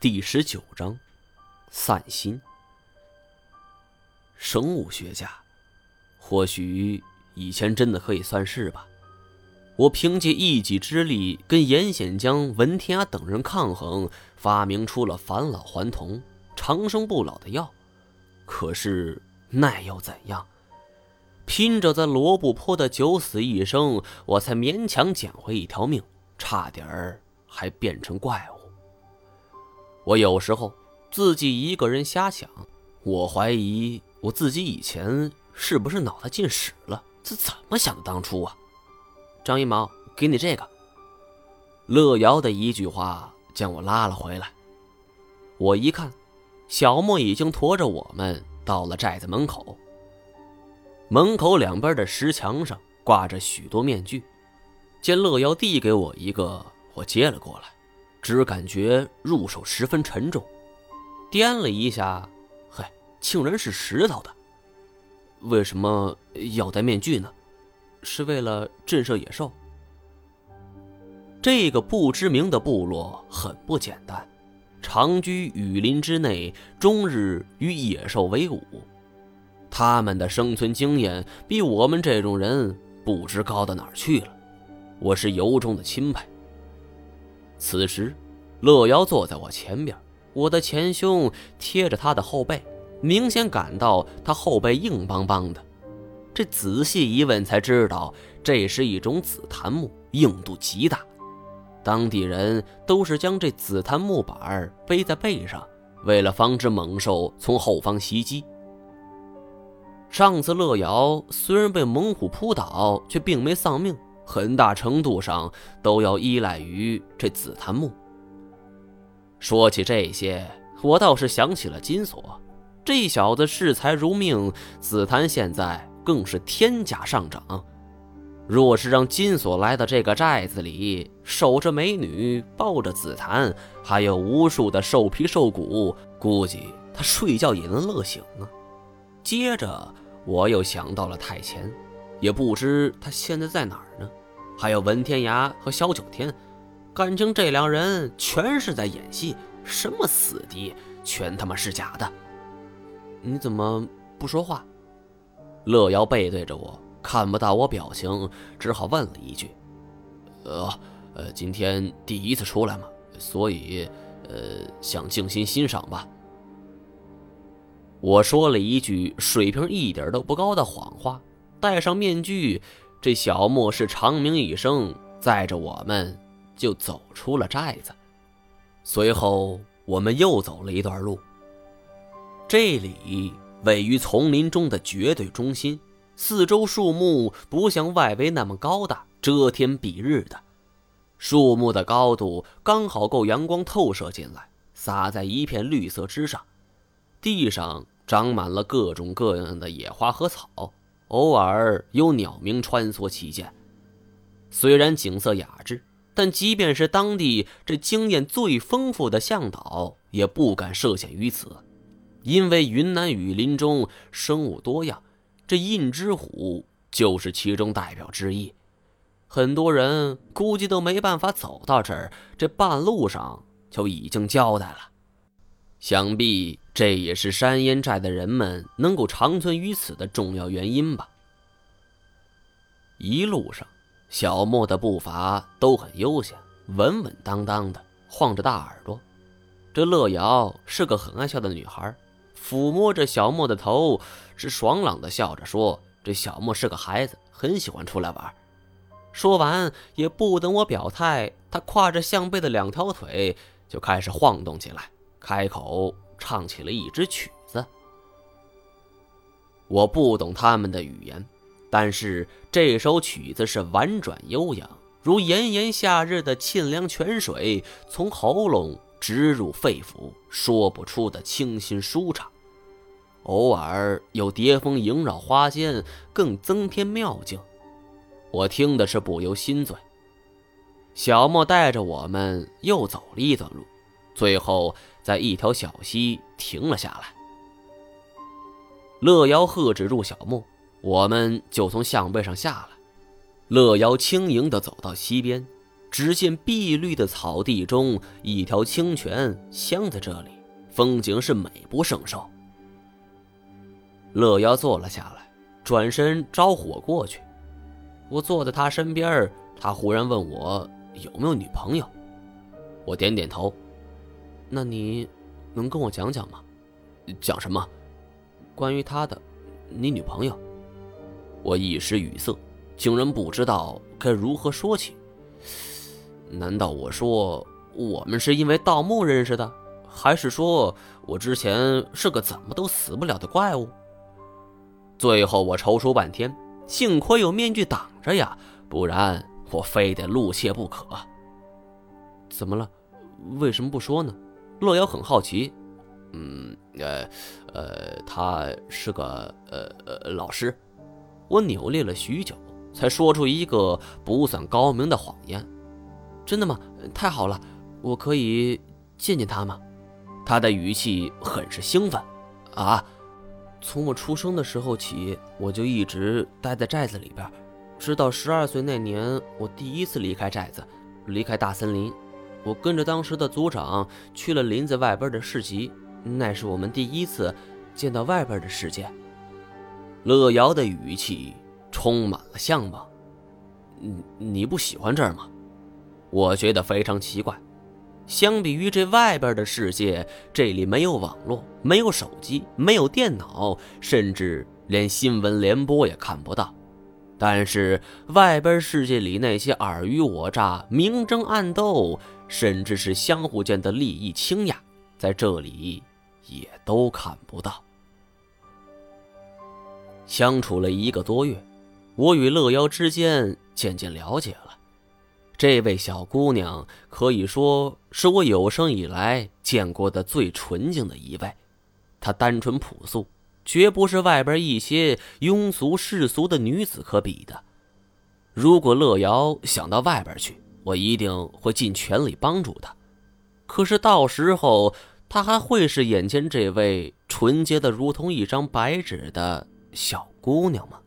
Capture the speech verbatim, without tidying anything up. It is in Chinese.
第十九章，散心。生物学家，或许以前真的可以算是吧。我凭借一己之力跟严显江、文天涯等人抗衡，发明出了返老还童、长生不老的药。可是那又怎样？拼着在罗布泊的九死一生，我才勉强捡回一条命，差点儿还变成怪物。我有时候自己一个人瞎想，我怀疑我自己以前是不是脑袋进屎了？这怎么想的当初啊？张一毛，给你这个。乐瑶的一句话将我拉了回来。我一看，小莫已经驮着我们到了寨子门口。门口两边的石墙上挂着许多面具，见乐瑶递给我一个，我接了过来，只感觉入手十分沉重，掂了一下，嘿，竟然是石头的。为什么要戴面具呢？是为了震慑野兽？这个不知名的部落很不简单，长居雨林之内，终日与野兽为伍。他们的生存经验比我们这种人不知高到哪儿去了，我是由衷的钦佩。此时乐瑶坐在我前边，我的前胸贴着他的后背，明显感到他后背硬邦邦的。这仔细一问才知道，这是一种紫檀木，硬度极大。当地人都是将这紫檀木板背在背上，为了防止猛兽从后方袭击。上次乐瑶虽然被猛虎扑倒，却并没丧命，很大程度上都要依赖于这紫檀木。说起这些，我倒是想起了金锁，这小子视财如命，紫檀现在更是天价上涨。若是让金锁来到这个寨子里，守着美女，抱着紫檀，还有无数的兽皮兽骨，估计他睡觉也能乐醒啊。接着我又想到了太前，也不知他现在在哪儿呢。还有文天涯和萧九天，感情这两人全是在演戏，什么死敌全他妈是假的。你怎么不说话？乐瑶背对着我，看不到我表情，只好问了一句：呃呃，今天第一次出来嘛，所以呃想静心欣赏吧。我说了一句水平一点都不高的谎话，戴上面具，这小莫是长鸣一声，载着我们就走出了寨子。随后我们又走了一段路。这里位于丛林中的绝对中心，四周树木不像外围那么高大，遮天蔽日的。树木的高度刚好够阳光透射进来，洒在一片绿色之上。地上长满了各种各样的野花和草，偶尔有鸟鸣穿梭其间。虽然景色雅致，但即便是当地这经验最丰富的向导也不敢涉险于此。因为云南雨林中生物多样，这印支虎就是其中代表之一。很多人估计都没办法走到这儿，这半路上就已经交代了。想必这也是山烟寨的人们能够长存于此的重要原因吧。一路上小莫的步伐都很悠闲，稳稳当当的晃着大耳朵。这乐瑶是个很爱笑的女孩，抚摸着小莫的头，是爽朗的笑着说，这小莫是个孩子，很喜欢出来玩。说完也不等我表态，他挎着项背的两条腿就开始晃动起来，开口唱起了一支曲子。我不懂他们的语言，但是这首曲子是婉转悠扬，如炎炎夏日的沁凉泉水，从喉咙直入肺腑，说不出的清新舒畅。偶尔有蝶风萦绕花间，更增添妙境。我听的是不由心醉。小莫带着我们又走了一段路，最后在一条小溪停了下来。乐瑶喝止住小莫，我们就从象背上下来。乐瑶轻盈地走到溪边， 只见碧绿的草地中，一条清泉镶在这里，风景是美不胜收。乐瑶坐了下来，转身招呼我过去。我坐在他身边，他忽然问我有没有女朋友。我点点头。那你能跟我讲讲吗？讲什么？关于他的，你女朋友。我一时语塞，竟然不知道该如何说起。难道我说我们是因为盗墓认识的，还是说我之前是个怎么都死不了的怪物？最后我踌躇半天，幸亏有面具挡着呀，不然我非得露怯不可。怎么了？为什么不说呢？乐瑶很好奇。嗯，呃，呃，他是个呃呃老师。我扭捏了许久，才说出一个不算高明的谎言。真的吗？太好了，我可以见见他吗？他的语气很是兴奋。啊，从我出生的时候起，我就一直待在寨子里边，直到十二岁那年，我第一次离开寨子，离开大森林。我跟着当时的族长去了林子外边的市集，那是我们第一次见到外边的世界。乐瑶的语气充满了向往。你你不喜欢这儿吗？我觉得非常奇怪。相比于这外边的世界，这里没有网络，没有手机，没有电脑，甚至连新闻联播也看不到。但是外边世界里那些尔虞我诈、明争暗斗，甚至是相互间的利益倾轧，在这里也都看不到。相处了一个多月，我与乐瑶之间渐渐了解了。这位小姑娘可以说是我有生以来见过的最纯净的一位。她单纯朴素，绝不是外边一些庸俗世俗的女子可比的。如果乐瑶想到外边去，我一定会尽全力帮助她。可是到时候，她还会是眼前这位纯洁的如同一张白纸的小姑娘吗？